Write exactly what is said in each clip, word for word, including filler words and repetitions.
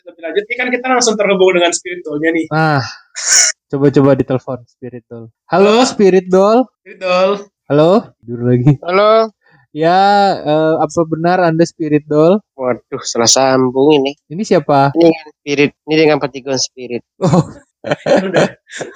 lebih lanjut, ini kan kita langsung terhubung dengan Spirit Doll-nya nih. Ah, coba-coba ditelepon Spirit Doll. Halo Spirit Doll. Spirit Doll. Halo, tidur lagi. Halo. Ya, uh, apa benar Anda Spirit Doll? Waduh, salah sambung ini. Ini siapa? Ini dengan Spirit, ini dengan Patigon Spirit. Oh. Udah.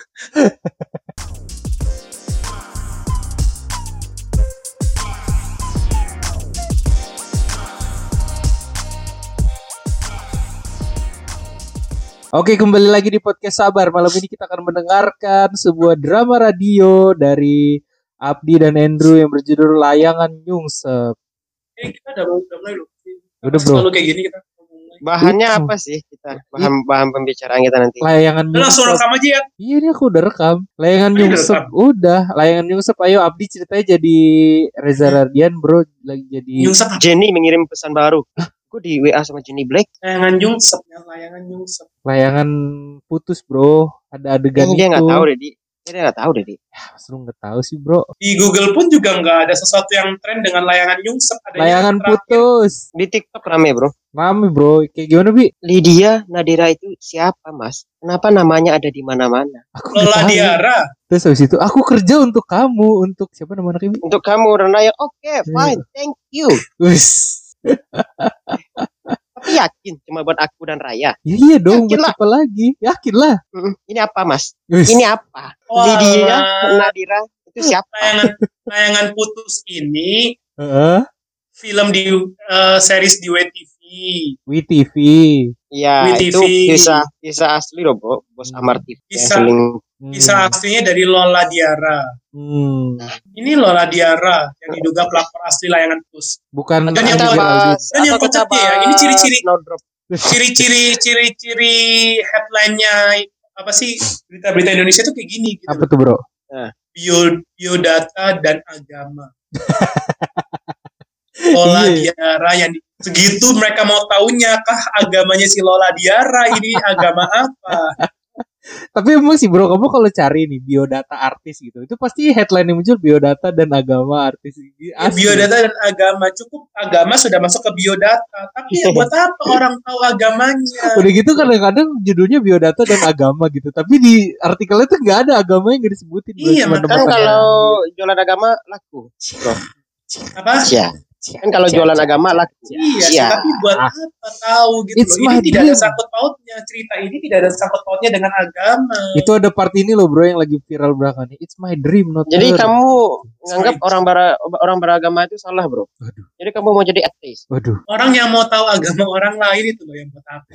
Oke, kembali lagi di podcast Sabar. Malam ini kita akan mendengarkan sebuah drama radio dari Abdi dan Andrew yang berjudul Layangan Nyungsep. Eh, kita udah, udah mulai loh. Udah bro. Selalu kayak gini kita. Bahannya apa sih kita? Bahan bahan pembicaraan kita nanti. Layangan Nyungsep. Langsung rekam aja ya. Iya, ini aku udah rekam. Layangan Ayo Nyungsep. rekam. Udah, Layangan Nyungsep. Ayo Abdi ceritanya jadi Reza Radian, bro. Lagi jadi Nyungsep. Jenny mengirim pesan baru. Aku di W A sama Jenny Black. Layangan nyungsep ya, layangan nyungsep. layangan putus, bro. Ada adegan Yang itu. dia nggak tahu deh, di. Dia nggak tahu deh, di. Ya, seru nggak tahu sih, bro. Di Google pun juga nggak ada sesuatu yang tren dengan layangan nyungsep. Adanya Layangan terakhir. putus. Di TikTok rame, bro. Rame, bro. Kayak gimana, Bi? Lydia Nadira itu siapa, Mas? Kenapa namanya ada di mana-mana? Aku nggak Lola tahu. Diara. Terus habis itu aku kerja untuk kamu, untuk siapa nama anaknya? Bi? Untuk kamu, Renaya. Oke, fine, thank you. Wis. Tapi yakin cuma buat aku dan Raya. Ya iya dong, Yakin buat lah. apa lagi? Yakin lah. Mm, Ini apa, Mas? Wis. Ini apa? Wah. Lydia Nadira itu siapa? Layangan layangan putus ini Heeh. film di eh, series di W T V. W T V. Iya, W T V. itu kisah kisah asli loh, Bro. Bos Hmm. Amar T V yang Kisah. seling. Kisah aslinya dari Lola Diara. Hmm. Ini Lola Diara yang diduga pelakor asli layangan putus. Bukan Dan yang Angel tahu, Aldin. Dan yang atau kocaknya ya, kita ini ciri-ciri Snowdrop. ciri-ciri ciri-ciri headline-nya apa sih berita-berita Indonesia tuh kayak gini gitu. Apa tuh, bro? Bio biodata dan agama. Lola Iya. Diara yang di- segitu mereka mau taunya kah agamanya si Lola Diara ini agama apa? Tapi emang sih, bro, kamu kalau cari nih biodata artis gitu, itu pasti headline yang muncul biodata dan agama artis. Ya, biodata dan agama, cukup agama sudah masuk ke biodata. Tapi ya buat apa orang tahu agamanya? Udah gitu kadang-kadang judulnya biodata dan agama gitu, tapi di artikelnya tuh nggak ada agamanya, nggak disebutin. bro. Iya, Cuma makanya Kan nama- kalau jualan agama laku. Bro. Apa? Iya. Kan kalau jualan agama laku. Iya, Iya. tapi buat apa tahu gitu It's loh. my Ini tidak ada dream. sangkut pautnya. Cerita ini tidak ada sangkut pautnya dengan agama. Itu ada part ini loh, bro, yang lagi viral belakangan ini. It's my dream, not Jadi her. kamu menganggap orang bara, orang beragama itu salah, Bro. Waduh. Jadi kamu mau jadi ateis. Waduh. Orang yang mau tahu agama orang lain itu loh yang buat apa.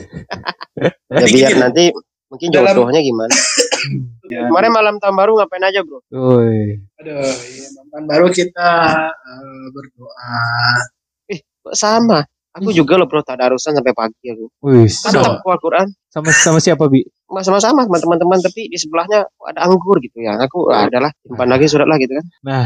Ya Jadi biar gini, nanti mungkin Dalam- jodohnya gimana. Kemarin malam tahun baru ngapain aja, Bro? Woi. aduh, iya, mantan baru kita eh, berdoa. Kok sama? Aku juga loh, Bro, tadarusan sampai pagi aku. Wis. Aduh. Mantap aku Al-Quran. Sama sama siapa, Bi? Sama-sama sama teman-teman, tapi di sebelahnya ada anggur gitu ya. Aku ah, adalah simpan lagi surat lah gitu kan. Nah,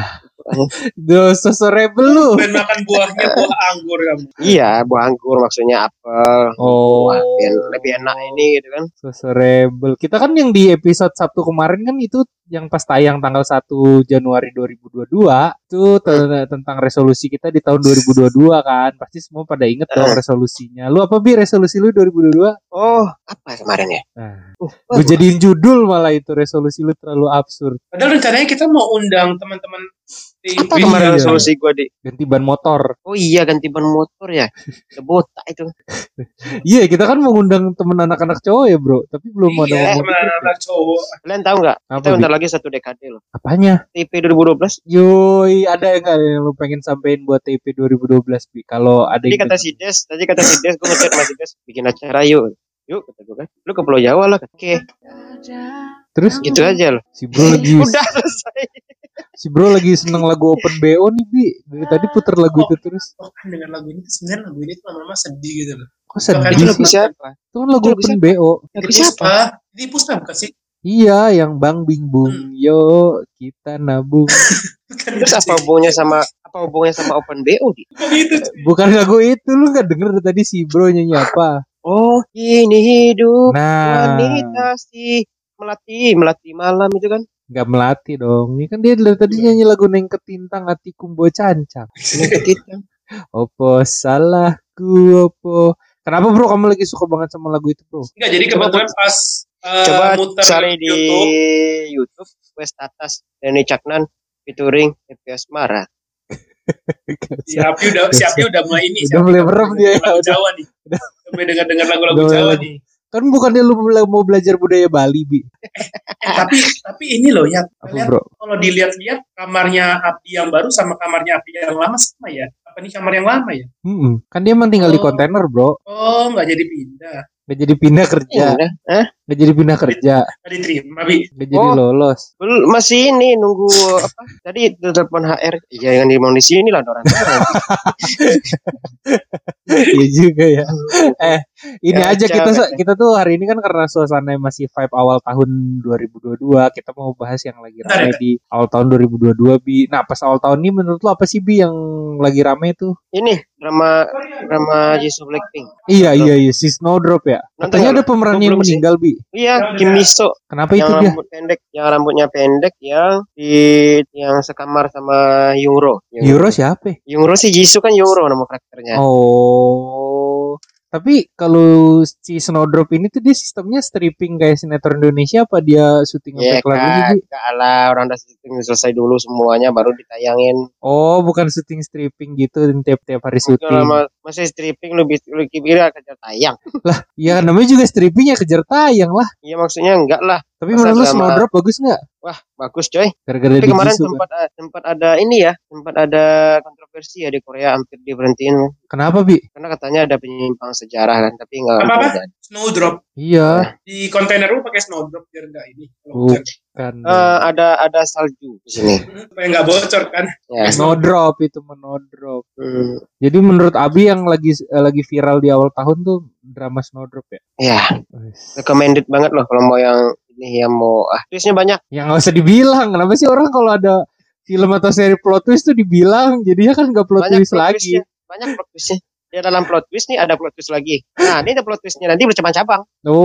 dosa rebel lu. Dan makan buahnya buah anggur kamu. Iya, buah anggur maksudnya apel. Oh. Wah, biar lebih enak ini gitu kan. Dosa rebel. Kita kan yang di episode Sabtu kemarin kan itu yang pas tayang tanggal satu Januari dua ribu dua puluh dua itu te- tentang resolusi kita di tahun dua ribu dua puluh dua kan. Pasti semua pada inget dong Eh. resolusinya. Lu apa, Bi, resolusi lu dua ribu dua puluh dua? Oh, apa kemarin ya? Nah, Uh, gue jadiin judul malah itu, resolusi lu terlalu absurd. Padahal rencananya kita mau undang teman-teman di apa Iya. kemarin resolusi gue di? Ganti ban motor. Oh iya, ganti ban motor ya. Udah botak itu. Iya, kita kan mengundang temen anak-anak cowok ya, bro. Tapi belum ada Iya, ngomong teman gitu. anak cowok. Kalian tahu nggak? Apa, Kita Bi? bentar lagi satu dekade loh. Apanya? T P dua ribu dua belas. Yoi, ada nggak yang lu pengen sampein buat T P dua ribu dua belas, Bi? Kalau ada Tadi yang kata si Des, tadi kata si Des, gue ngechat sama si Des, bikin acara yuk. Yuk, kata gue kan. Lu ke Pulau Jawa lah. Oke, terus gitu aja loh. si bro lagi Udah selesai. si bro lagi seneng lagu Open B O nih, Bi. Dari tadi puter lagu itu terus. Oh kan dengan lagu ini sebenarnya lagu ini tuh lama-lama sedih gitu loh. Kok sedih Bahkan Itu sih? lagu siapa? Itu kan lagu Lagu Open siapa? B O. Lagu Ini siapa? Puspa. Ini Puspa bukan sih? Iya, yang Bang Bing Bung. Hmm. Yo, kita nabung. Bukan Terus itu apa sih. hubungannya sama apa hubungannya sama Open B O? Di? Bukan itu. Bukan lagu itu, lu nggak denger tadi si bro nyanyi apa? Oh, ini hidup Nah, wanita si melati melati malam itu kan. nggak melatih dong. Ini kan dia dari tadi nyanyi lagu Neng Ketintang Hati Kumbo Cancang. Ini kita. Opo salahku, opo Kenapa bro kamu lagi suka banget sama lagu itu bro? Enggak, jadi kebetulan pas uh, Coba muter cari di YouTube. YouTube West Atas Denny Caknan featuring F P S Mara. Si Api udah si Api udah mulai ini. Udah mulai merem dia. Lagu Udah. Jawa nih. Udah mulai dengar-dengar lagu-lagu Udah Jawa mulai- nih. Kan bukannya lu mau belajar budaya Bali bi? Eh, tapi tapi ini loh ya. Apa Lihat, bro? kalau dilihat-lihat kamarnya Api yang baru sama kamarnya Api yang lama sama ya. Apa nih kamar yang lama ya? Hmm, kan dia emang tinggal di Oh. kontainer bro, Oh, nggak jadi pindah. nggak jadi pindah kerja, Iya, Hah? nggak jadi pindah kerja, Tadi terima, Bi. nggak jadi Oh. lolos. Belum, masih ini nunggu apa? Tadi telepon H R. Iya, yang di mau di sini lah orang. Iya juga ya. Eh, ini Ya, aja kita capek. kita tuh hari ini kan karena suasana masih vibe awal tahun dua ribu dua puluh dua, kita mau bahas yang lagi Bentar, rame bentar. di awal tahun dua ribu dua puluh dua bi. Nah, pas awal tahun ini menurut lo apa sih bi yang lagi rame tuh? Ini drama drama Jisoo Blackpink. Iya iya iya si Snowdrop ya. Nonton Katanya nggak ada lo? pemerannya Gua yang belum sih. meninggal bi. Iya, Kim Miso Kenapa yang itu dia? rambut pendek, yang rambutnya pendek, yang di yang sekamar sama Yungro. Euro siapa? Yungro sih Jisoo kan Yungro nama karakternya. Oh, tapi kalau si Snowdrop ini tuh dia sistemnya stripping kayak sinetron Indonesia apa dia syuting Ya sampai lagunya Bi? kak, lah orang udah syuting selesai dulu semuanya baru ditayangin. Oh, bukan syuting stripping gitu dan tiap-tiap hari Mungkin syuting. lama masih stripping lebih lebih kira kejar tayang. Ya namanya juga stripping ya kejar tayang lah. Iya maksudnya enggak lah. Tapi Masa menurut lu drama- Snowdrop bagus nggak? Wah bagus coy. Gara-gara Tapi di kemarin Jisoo kan. sempat sempat ada ini ya, sempat ada kontroversi ya di Korea hampir diberhentiin Kenapa Bi? karena katanya ada penyimpang sejarah kan, tapi enggak. Apa apa? enggak. Snowdrop. Iya, Di kontainer lu pakai snowdrop biar nggak ini. Kalau Oh. bocor. kan. Eh, ada ada salju di sini. Supaya nggak bocor kan. Ya. Snowdrop itu Snowdrop. Hmm, Jadi menurut Abi yang lagi eh, lagi viral di awal tahun tuh drama Snowdrop ya. ya, Wes. recommended banget loh kalau mau yang ini yang mau ah twistnya banyak. Ya nggak usah dibilang. Kenapa sih orang kalau ada film atau seri plot twist tuh dibilang, jadinya kan nggak plot Banyak twist plot lagi. twistnya. Banyak plot twistnya. Di dalam plot twist nih ada plot twist lagi. Nah, ini ada plot twistnya nanti bercabang-cabang.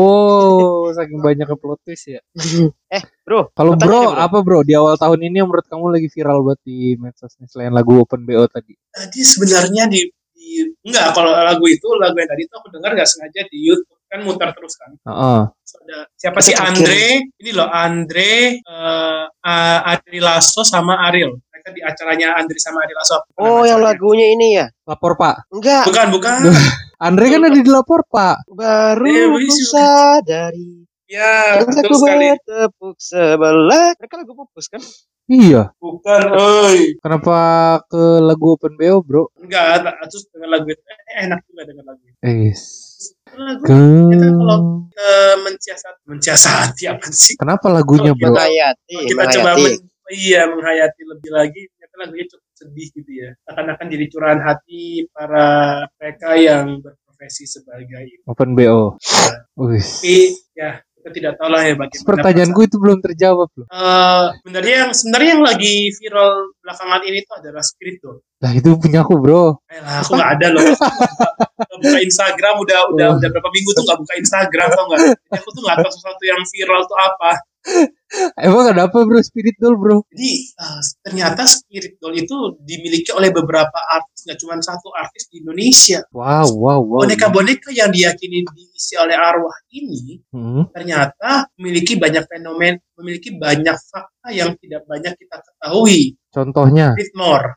Oh, saking banyaknya plot twist ya. Eh, bro. Kalau mau tanya bro, deh, bro. apa bro di awal tahun ini yang menurut kamu lagi viral buat di medsos nih selain lagu Open B O tadi? Tadi sebenarnya di, di enggak kalau lagu itu lagu yang tadi tuh aku dengar nggak sengaja di YouTube kan muter terus kan. Heeh. Terus ada siapa sih Andre? Ini loh Andre, eh uh, Ari Lasso sama Ariel. Mereka di acaranya Andre sama Ari Lasso. Oh, yang lagunya ini ya? Lapor Pak. Enggak, Bukan, bukan. Andre kan ada di lapor Pak. baru Eh, ku wis, sadari. Ya, betul Aku sekali. bertepuk sebelah. Mereka lagu pupus kan? Iya. Bukan, oi. Kenapa ke lagu Open B O bro? Enggak, terus dengan lagu itu eh, enak juga dengan lagu itu. Eh. Lagu Ke... kita kalau eh, mensiasat mensiasati apa sih? Kenapa lagunya bro? Menghayati, Kalau kita coba menghayati. men- iya menghayati lebih lagi, ternyata lagunya cukup sedih gitu ya. Akan-akan jadi curahan hati para mereka yang berprofesi sebagai itu. Open B O. Wih. Tapi ya kita tidak tahu lah ya bagaimana. Pertanyaanku itu belum terjawab loh. Eh, sebenarnya yang sebenarnya yang lagi viral belakangan ini tuh adalah Spirit Doll. Lah itu punya aku bro. Eh lah, aku nggak ada loh. Nggak buka Instagram udah udah Oh. udah berapa minggu tuh nggak buka Instagram tau nggak? Jadi aku tuh nggak tahu sesuatu yang viral tuh apa. Emang ada apa bro Spirit Doll bro? Jadi eh, ternyata Spirit Doll itu dimiliki oleh beberapa artis, nggak cuma satu artis di Indonesia. Wow wow wow. Boneka-boneka yang diyakini diisi oleh arwah ini Hmm. ternyata memiliki banyak fenomen, memiliki banyak fakta yang tidak banyak kita ketahui. Contohnya Read more.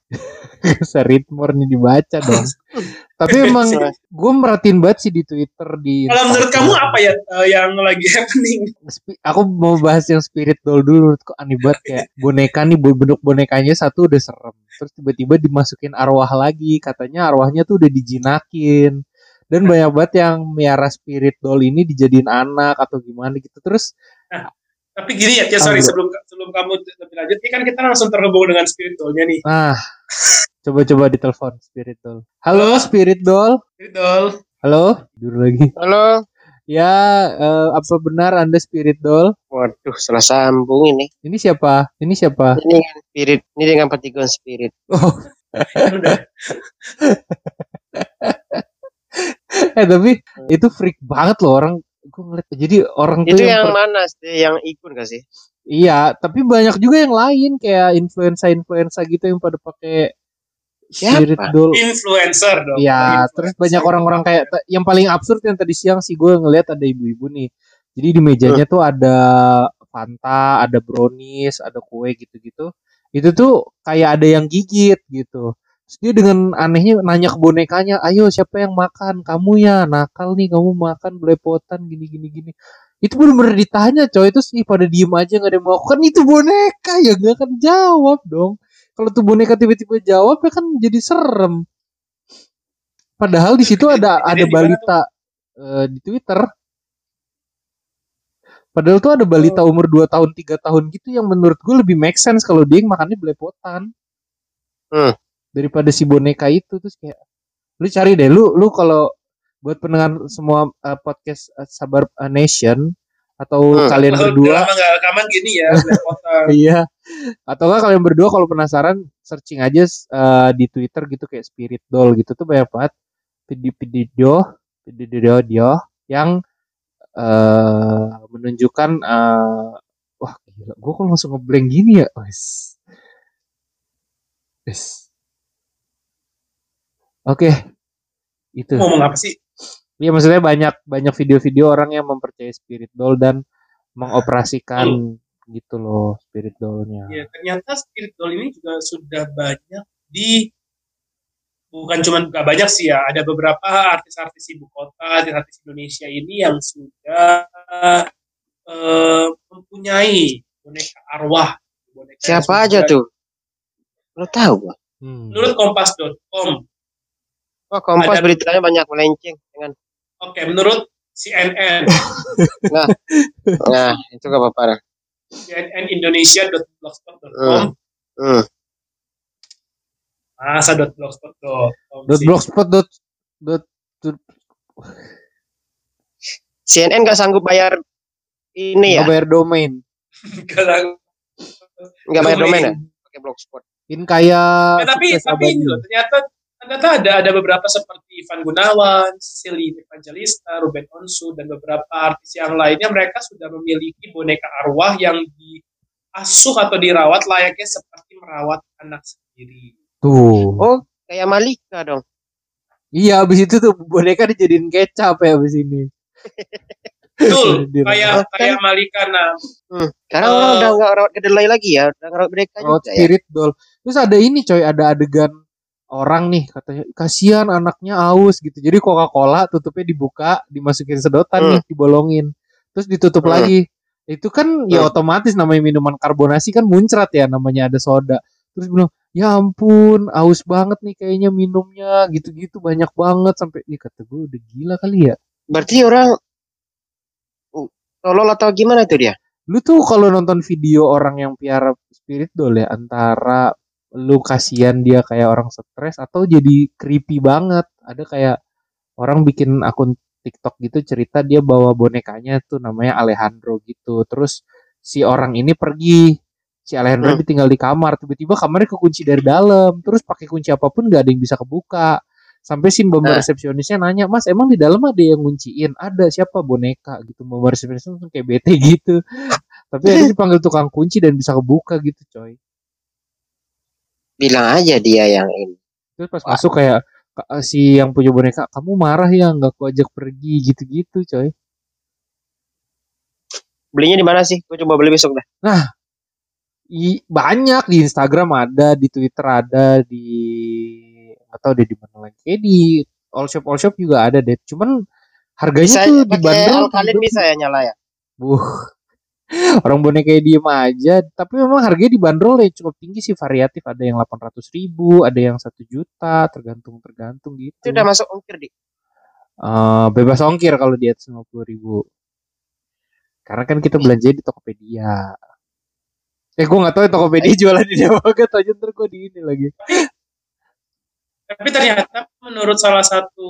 Seritmore nih dibaca dong. Tapi emang gue merhatiin banget sih di Twitter di. Kalau menurut Instagram. kamu apa ya eh, yang lagi happening? Spi- Aku mau bahas yang Spirit Doll dulu. Menurutku aneh banget kayak boneka nih bentuk bonekanya satu udah serem. Terus tiba-tiba dimasukin arwah lagi. Katanya arwahnya tuh udah dijinakin. Dan banyak banget yang miara Spirit Doll ini dijadiin anak atau gimana gitu. Terus Tapi gini ya, ya sorry Ah, sebelum sebelum kamu lebih lanjut, ini kan kita langsung terhubung dengan Spirit Doll-nya nih. nah coba-coba ditelepon Spirit Doll. Halo Spirit Doll. Spirit Doll. Halo. Tidur lagi. Halo. Ya, eh, apa benar Anda Spirit Doll? Waduh, salah sambung ini. Ini siapa? Ini siapa? Ini dengan spirit, ini dengan Pentagon Spirit. Oh, Kan udah. eh tapi itu freak banget loh orang. Gue ngeliat. Jadi orang tuh Itu yang yang per- mana sih? Yang ikut gak sih? iya, tapi banyak juga yang lain kayak influencer-influencer gitu yang pada pakai Spirit Siapa? doll. Influencer dong. Iya, Influencer. terus banyak orang-orang kayak yang paling absurd yang tadi siang sih gue ngelihat ada ibu-ibu nih. Jadi di mejanya tuh ada Fanta, ada brownies, ada kue gitu-gitu. Itu tuh kayak ada yang gigit gitu. Terus dia dengan anehnya nanya ke bonekanya, ayo siapa yang makan? Kamu ya, nakal nih kamu makan belepotan gini-gini gini. Itu bener-bener ditanya coy, itu sih pada diem aja gak ada yang mau. Kan itu boneka ya gak akan jawab dong. Kalau tuh boneka tiba-tiba jawab ya kan jadi serem. Padahal di situ ada ada balita uh, di Twitter. Padahal tuh ada balita umur dua tahun, tiga tahun gitu yang menurut gue lebih make sense kalau dia makannya belepotan. Hmm. Daripada si boneka itu. Terus kayak lu cari deh lu lu kalau buat pendengar semua uh, podcast uh, Sabar uh, Nation atau Hmm. kalian Kalau berdua lama nggak rekaman gini ya, belepotan. iya. Atau enggak kalian berdua kalau penasaran searching aja uh, di Twitter gitu kayak Spirit Doll gitu tuh banyak banget video-video video-video yang uh, menunjukkan uh, wah gila gue kok langsung ngeblank gini ya wes wes oke okay. Itu ngomong apa sih? Iya maksudnya banyak banyak video-video orang yang mempercayai Spirit Doll dan mengoperasikan hmm. gitu loh Spirit Doll-nya. Ya ternyata Spirit Doll ini juga sudah banyak di bukan cuma gak banyak sih ya, ada beberapa artis-artis ibu kota, artis Indonesia ini yang sudah uh, mempunyai boneka arwah. Boneka siapa aja tuh? Lo tahu gak? Hmm. Menurut kompas dot com. Oh, Kompas ada, beritanya banyak melenceng dengan. Oke, menurut C N N. nah, nah itu gak apa-apa. C N N Indonesia dot blogspot dot com. Hmm. Hmm. Masa dot blogspot dot com dot blogspot dot C N N gak sanggup bayar ini ya? Gak bayar domain. Gak bayar domain ya? Pakai blogspot. In kayak ya, tapi tapi ini loh, ternyata ternyata ada ada beberapa seperti Ivan Gunawan, Silly Evangelista, Ruben Onsu dan beberapa artis yang lainnya mereka sudah memiliki boneka arwah yang diasuh atau dirawat layaknya seperti merawat anak sendiri. Tuh. Oh, kayak Malika dong. Iya, abis itu tuh boneka dijadiin kecap ya abis ini. Betul, kayak kayak Malika nah. Hmm. Sekarang uh, orang udah nggak rawat kedelai lagi ya, udah rawat mereka juga ya. Spirit Doll. Terus ada ini coy, ada adegan orang nih katanya kasihan anaknya aus gitu. Jadi Coca-Cola tutupnya dibuka, dimasukin sedotan hmm. nih, dibolongin. Terus ditutup hmm. lagi. Itu kan hmm. ya otomatis namanya minuman karbonasi kan muncrat ya, namanya ada soda. Terus bilang, "Ya ampun, aus banget nih kayaknya minumnya." Gitu-gitu banyak banget sampai nih kata gue udah gila kali ya. Berarti orang tolol atau gimana tuh dia? Lu tuh kalau nonton video orang yang piara Spirit Doll ya antara lu kasihan dia kayak orang stres atau jadi creepy banget. Ada kayak orang bikin akun TikTok gitu cerita dia bawa bonekanya tuh namanya Alejandro gitu. Terus si orang ini pergi, si Alejandro hmm. ditinggal di kamar, tiba-tiba kamarnya kekunci dari dalam. Terus pakai kunci apapun gak ada yang bisa kebuka. Sampai si mbak nah. resepsionisnya nanya, "Mas, emang di dalam ada yang ngunciin?" "Ada." "Siapa?" "Boneka." Gitu. Mbak resepsionisnya langsung kayak bete gitu. Tapi akhirnya dipanggil tukang kunci dan bisa kebuka gitu, coy. Bilang aja dia yang ini. Terus pas Wah. masuk kayak si yang punya boneka, "Kamu marah ya nggak aku ajak pergi?" Gitu-gitu, coy. Belinya di mana sih? Gue coba beli besok dah. Nah, i- banyak di Instagram ada, di Twitter ada, di atau ada di mana lagi? Kayak di all shop all shop juga ada deh. Cuman harganya bisa, tuh dibanderol alkalin bisa ya nyala ya. Buh. Orang boneka kayak diem aja, tapi memang harganya dibanderol ya cukup tinggi sih, variatif. Ada yang delapan ratus ribu, ada yang satu juta, tergantung tergantung gitu. Itu udah masuk ongkir di? Uh, bebas ongkir kalau di atas lima puluh ribu. Karena kan kita belanja di Tokopedia. Eh gue nggak tahu ya Tokopedia jualan di mana banget aja ntar gue di ini lagi. Tapi ternyata menurut salah satu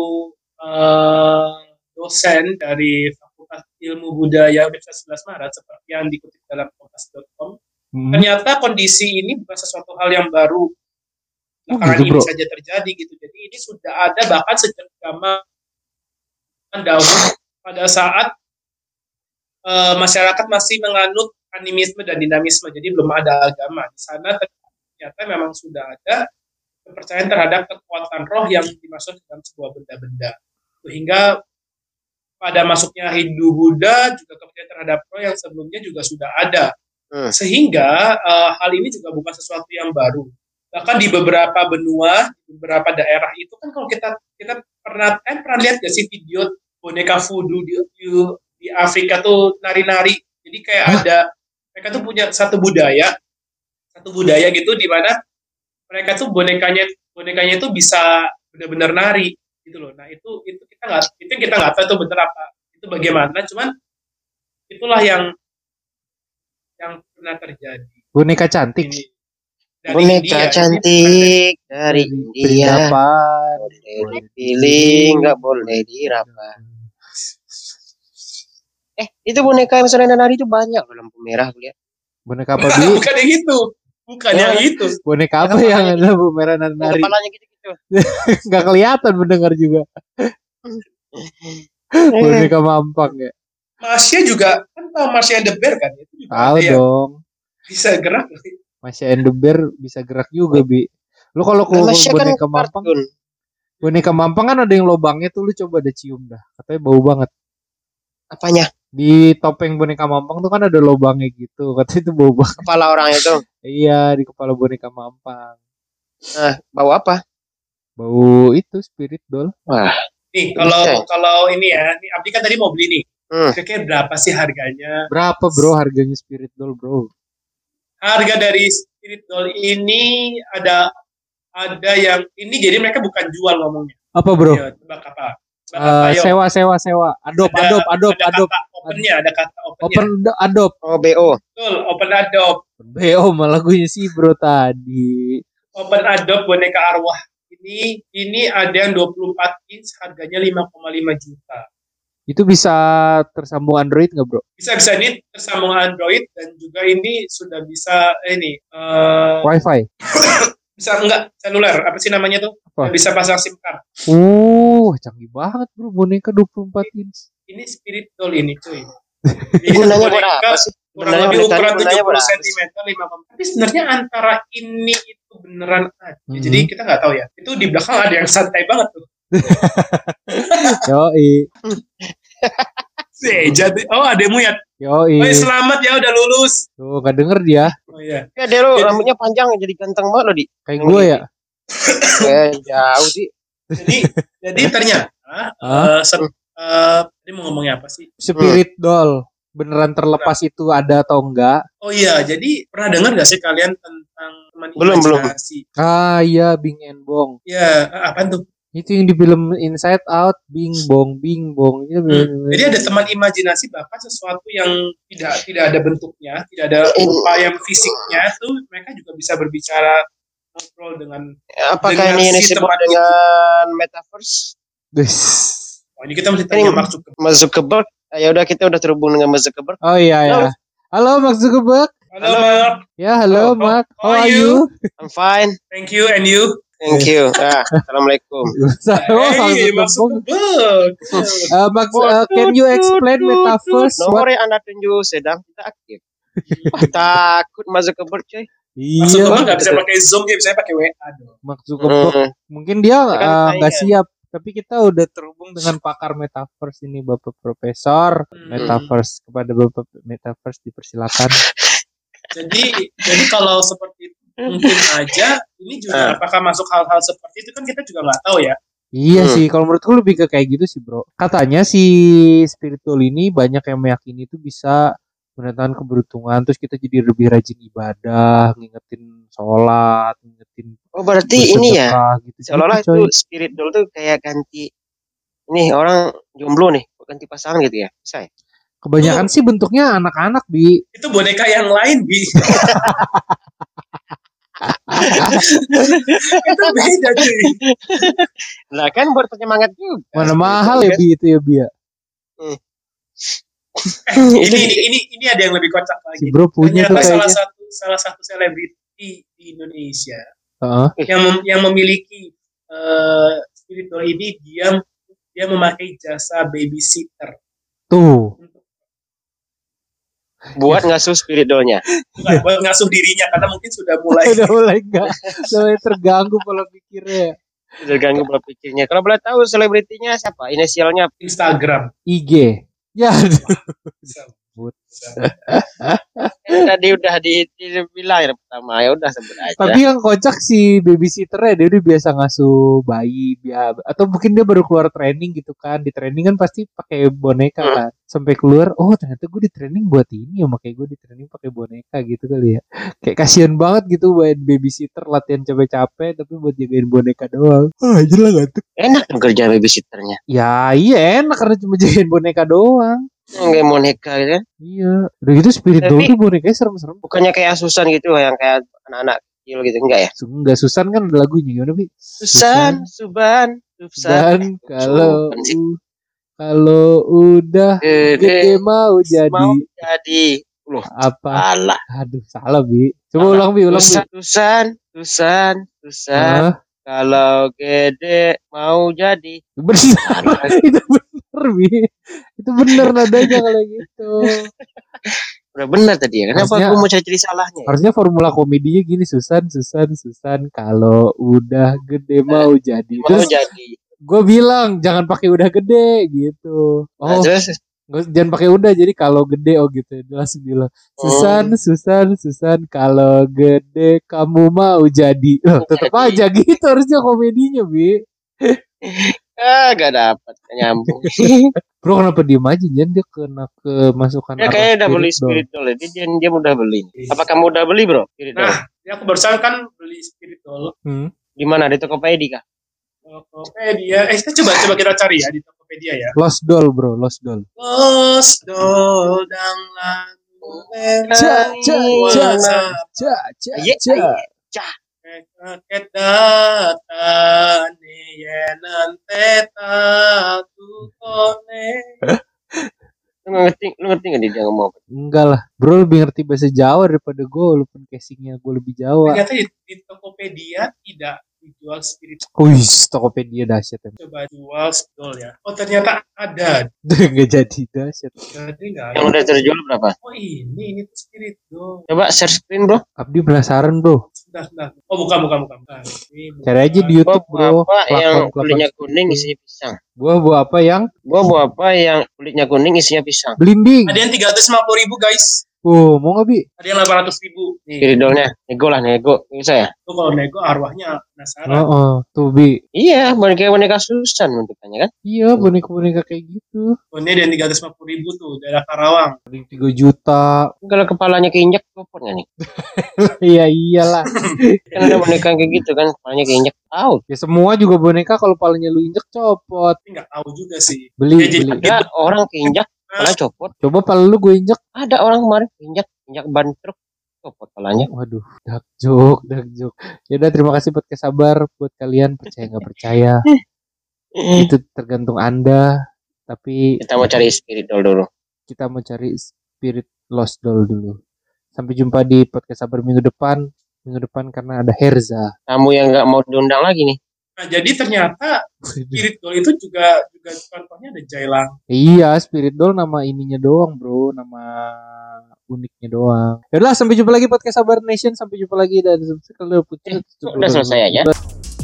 uh, dosen dari Fakultas Ilmu Budaya Universitas sebelas Maret seperti yang dikutip dalam kompas dot com, hmm. ternyata kondisi ini bukan sesuatu hal yang baru belakangan oh, gitu, ini saja terjadi gitu. Jadi ini sudah ada bahkan sejak zaman dahulu pada saat uh, masyarakat masih menganut animisme dan dinamisme. Jadi belum ada agama di sana, ternyata memang sudah ada kepercayaan terhadap kekuatan roh yang dimasukkan dalam sebuah benda-benda. Sehingga pada masuknya Hindu Buddha juga kepercayaan terhadap roh yang sebelumnya juga sudah ada. Hmm. Sehingga uh, hal ini juga bukan sesuatu yang baru. Bahkan di beberapa benua, di beberapa daerah itu kan kalau kita kita pernah kan pernah lihat gak sih video boneka voodoo di, di, di Afrika tuh nari-nari. Jadi kayak Hah? ada mereka tuh punya satu budaya, satu budaya gitu di mana mereka tuh bonekanya bonekanya itu bisa benar-benar nari gitu loh. Nah itu itu kita nggak itu kita nggak tahu itu benar apa itu bagaimana. Cuman itulah yang yang pernah terjadi. Boneka cantik. Ini dari Boneka India. Ini cantik dari India. Perindapan. Boleh dipilih, nggak boleh diraba. Eh, itu boneka yang selain nari itu banyak loh, lampu merah gue lihat. Boneka apa, bukan, Bi? bukan yang itu. Bukan Ya. yang itu. Boneka apa Kepalanya yang gitu. ada bu merah dan Yang nari? kepalanya gitu-gitu. Nggak kelihatan mendengar juga. Boneka mampang ya. Masya juga kan tahu Masya and the Bear kan itu juga Tahu ada yang dong. bisa gerak. Masih and the Bear bisa gerak juga, Bi. Lu kalau ke Nah, Masya kan boneka mampang, kartun. boneka mampang kan ada yang lubangnya tuh, lu coba ada cium dah. Katanya bau banget. Apanya? Di topeng boneka mampang tuh kan ada lubangnya gitu. Katanya itu bau banget. Kepala orang itu. Iya, di kepala boneka mampang. Nah, bau apa? Bau itu spirit doll. Wah, Nih kalau Bisa. kalau ini ya, nih Abdi kan tadi mau beli nih. hmm. Kira-kira berapa sih harganya? Berapa, Bro, harganya spirit doll, Bro? Harga dari Spirit Doll ini ada ada yang ini jadi mereka bukan jual ngomongnya. Apa, Bro? Ya, tebak apa? Tebak apa, Eh, ayo. sewa, sewa, sewa. Adop, Ada- adop, adop, ada adop. kata opennya, ada kata opennya. Open do- adop. Oh, B O. Betul, open adopt. B O malah lagunya sih, Bro, tadi. Open adopt boneka arwah ini ini ada yang dua puluh empat inch harganya lima koma lima juta. Itu bisa tersambung Android nggak, Bro? Bisa bisa ini tersambung Android dan juga ini sudah bisa ini eh, Wi-Fi. bisa enggak seluler apa sih namanya tuh? Apa? Bisa pasang SIM card. Uh, canggih banget, Bro. Boneka dua puluh empat inch. Ini Spirit Doll ini cuy. Gunanya buat apa sih? Kurang Gunanya lebih buat ukuran tadi, gunanya tujuh puluh buat apa sih? sentimeter lima koma. Tapi sebenarnya antara ini itu beneran ada. Hmm. Jadi kita nggak tahu ya. Itu di belakang ada yang santai banget tuh. Yoi. Eh, jadi oh ademu ya. Yoi. Oh ya, selamat ya udah lulus. Tuh, gak denger dia. Oh iya. Ya, dia lo Jadi- rambutnya panjang jadi ganteng banget lo, Di. Kayak gue ya. Eh, jauh sih. Jadi jadi ternyata Hah? eh se- eh, tadi mau ngomongnya apa sih? Spirit doll. Beneran terlepas itu ada atau enggak? Oh iya, jadi pernah dengar gak sih kalian tentang teman Belum, belum. imajinasi? Ah iya, Bing and Bong. Ya, apa tuh? Itu yang di film Inside Out, Bing Bong, Bing Bong. Itu Hmm. Jadi ada teman imajinasi bahkan sesuatu yang tidak tidak ada bentuknya, tidak ada rupa yang fisiknya tuh mereka juga bisa berbicara ngobrol dengan. Apakah Dengan ini yang si disebut teman itu. dengan metaverse? Des. Oh, ini kita mesti tanya Ini- Mark Zuckerberg. Mas Zuckerberg? Ah, ya udah kita udah terhubung dengan Mas Zuckerberg. Oh iya ya. Halo. Halo Mark Zuckerberg. Halo Mark, Ya, halo Oh, Mark. how How are are you? I'm fine. thank you and you. Thank you. Ah, assalamualaikum. Oh, Mark Hey, Mark Zuckerberg. Zuckerberg. Uh, Max, uh, can you explain metaverse? What? Nomor yang Anda tunjuk sedang tidak aktif. Wah, takut Mas Zuckerberg, coy. Mark Zuckerberg Iya, nggak bisa pakai Zoom, dia bisa pakai W A dong. Mark Zuckerberg. Hmm. Mungkin dia Dia kan uh, nggak saingan. siap. Tapi kita udah terhubung dengan pakar metaverse ini, Bapak Profesor Hmm. Metaverse. Kepada Bapak Metaverse dipersilakan. Jadi jadi kalau seperti itu mungkin aja ini juga Ah. apakah masuk hal-hal seperti itu kan kita juga nggak tahu ya. Iya Hmm. sih, kalau menurutku lebih ke kayak gitu sih, Bro. Katanya si spiritual ini banyak yang meyakini itu bisa mendatangkan keberuntungan, terus kita jadi lebih rajin ibadah, ngingetin sholat, ngingetin Oh, berarti ini ya. bersedekah gitu. Seolah-olah gitu, itu coy. spirit doll tuh kayak ganti ini orang jomblo nih, ganti pasangan gitu ya. Bisa ya? Kebanyakan sih bentuknya anak-anak, Bi. Itu boneka yang lain, Bi. Itu beda cuy. Lah kan buat penyemangat juga. Mana Spirit mahal doll ya, kan. Bi, itu ya, Bi ya. Eh, ini, ini ini ini ada yang lebih kocak Si lagi. Bro punya tuh Ternyata salah kayaknya. satu salah satu selebriti di Indonesia Heeh. yang mem- yang memiliki eh spiritual ini dia dia memakai jasa babysitter. Tuh. buat ngasuh spirit dollnya. Bukan buat ngasuh dirinya karena mungkin sudah mulai Udah mulai enggak, udah mulai terganggu pola pikirnya. Terganggu pola pikirnya. Kalau boleh tahu selebritinya siapa? Inisialnya Instagram. I G. Ya. Sebut. Eh, tadi udah di, dibilang yang pertama, ya udah sebut aja. Tapi yang kocak si babysitternya, dia udah biasa ngasuh bayi, dia atau mungkin dia baru keluar training gitu kan. Di training kan pasti pakai boneka Hmm. kan. Sampai keluar, oh ternyata gue di training buat ini ya, makanya gue di training pakai boneka gitu kali ya. Kayak kasihan banget gitu buat babysitter latihan capek-capek tapi buat jagain boneka doang. Ah, jelas ngantuk. Enak dong kerja babysitternya. Ya iya enak karena cuma jagain boneka doang. Kayak boneka gitu kan. Iya. Udah gitu spirit Tapi- doll tuh bonekanya serem-serem. Bukannya kayak Susan gitu yang kayak anak-anak kecil gitu, enggak ya? Enggak, Susan kan ada lagunya gimana Bi? Susan, Suban, Susan. Dan kalau Susan sih. u- kalau udah gede Gede mau jadi mau jadi. Loh, apa? salah. Aduh, salah Bi. Coba Salah. ulang Bi, ulang Bi. Susan, Susan, Susan, Susan. Ah, Kalau gede mau jadi. bener. Salah. Itu bener Bi. Itu bener nadanya kalau gitu. Udah benar tadi ya. Kenapa Harusnya- aku mau cari salahnya? Ya? Harusnya formula komedinya gini, Susan, Susan, Susan. Kalau udah gede mau jadi. Mau Terus jadi. gue bilang jangan pakai udah gede gitu. Nah, Oh, terus Nggak- jangan pakai udah jadi kalau gede oh gitu dia langsung bilang Susan Susan Susan kalau gede kamu mau jadi oh, tetap Jadi. aja gitu harusnya komedinya Bi. ah gak dapat nyambung. Bro kenapa diem aja Jan dia kena kemasukan Ya arwah kayaknya udah beli doll. spirit doll. Jadi dia, dia udah beli. Apa kamu udah beli bro? Spirit doll. Nah, ya aku barusan kan beli spirit doll. Hmm. Di mana? Di Tokopedia kah? Tokopedia. Eh, kita coba coba kita cari ya di Tokopedia ya. Lost doll bro Lost doll. Lost doll dang lagu Ca, ca, ca, Warna ca ca Aye, ca. aye. Ket data ne yenan teta tu kone. Lu ngerti? Lu ngerti nggak dia ngomong apa? Enggak lah bro lebih ngerti bahasa Jawa daripada gue walaupun casingnya gue lebih Jawa. Ternyata di, di Tokopedia tidak dijual spirit. Wih Tokopedia dahsyat ya. Coba jual doll ya. Oh ternyata ada. Nggak jadi dahsyat. Jadi nggak Yang ada. udah terjual berapa? Oh ini ini tuh spirit doll. Coba share screen bro. Abdi penasaran bro. Sudah sudah. Oh bukan bukan bukan. bukan. Ini bukan. Cari aja di Gua YouTube buah bro. apa yang Platform-platform kulitnya seperti kuning itu. isinya pisang. Buah buah apa yang Gua buah apa yang kulitnya kuning isinya pisang. belimbing? Ada yang tiga ratus lima puluh ribu guys. Oh mau nggak Bi? Ada yang delapan ratus ribu. Nih. Spirit dollnya. Nego lah nego. Bisa ya? Tuh kalau nego arwahnya penasaran. Oh, oh tuh Bi. Iya, boneka boneka Susan bentukannya kan. Iya boneka boneka kayak gitu. Oh, ini ada yang tiga ratus lima puluh ribu tuh daerah Karawang. Ada yang tiga juta. Kalau kepalanya keinjak copot nggak nih? Iya iyalah. Kan ada boneka kayak gitu kan, kepalanya keinjak. Tahu. Ya semua juga boneka kalau palanya lu injek copot. Tapi nggak tahu juga sih. Beli Ya, jadi- beli. Ada orang keinjak, kepala copot. Coba pala lu gue injek. Ada orang kemarin keinjak, injak ban truk, copot kepalanya. Waduh, dark joke, dark joke. Yaudah terima kasih podcast sabar buat kalian percaya nggak percaya. Itu tergantung Anda. Tapi Kita mau cari spirit doll dulu. kita mau cari spirit lost doll dulu. Sampai jumpa di podcast sabar minggu depan. Minggu depan karena ada Herza. Kamu yang nggak mau diundang lagi nih. Nah, jadi ternyata spirit doll itu juga juga contohnya ada Jailang. Iya, spirit doll nama ininya doang, bro. Nama uniknya doang. Yaudah, sampai jumpa lagi podcast sabar nation. Sampai jumpa lagi dan Udah selesai aja.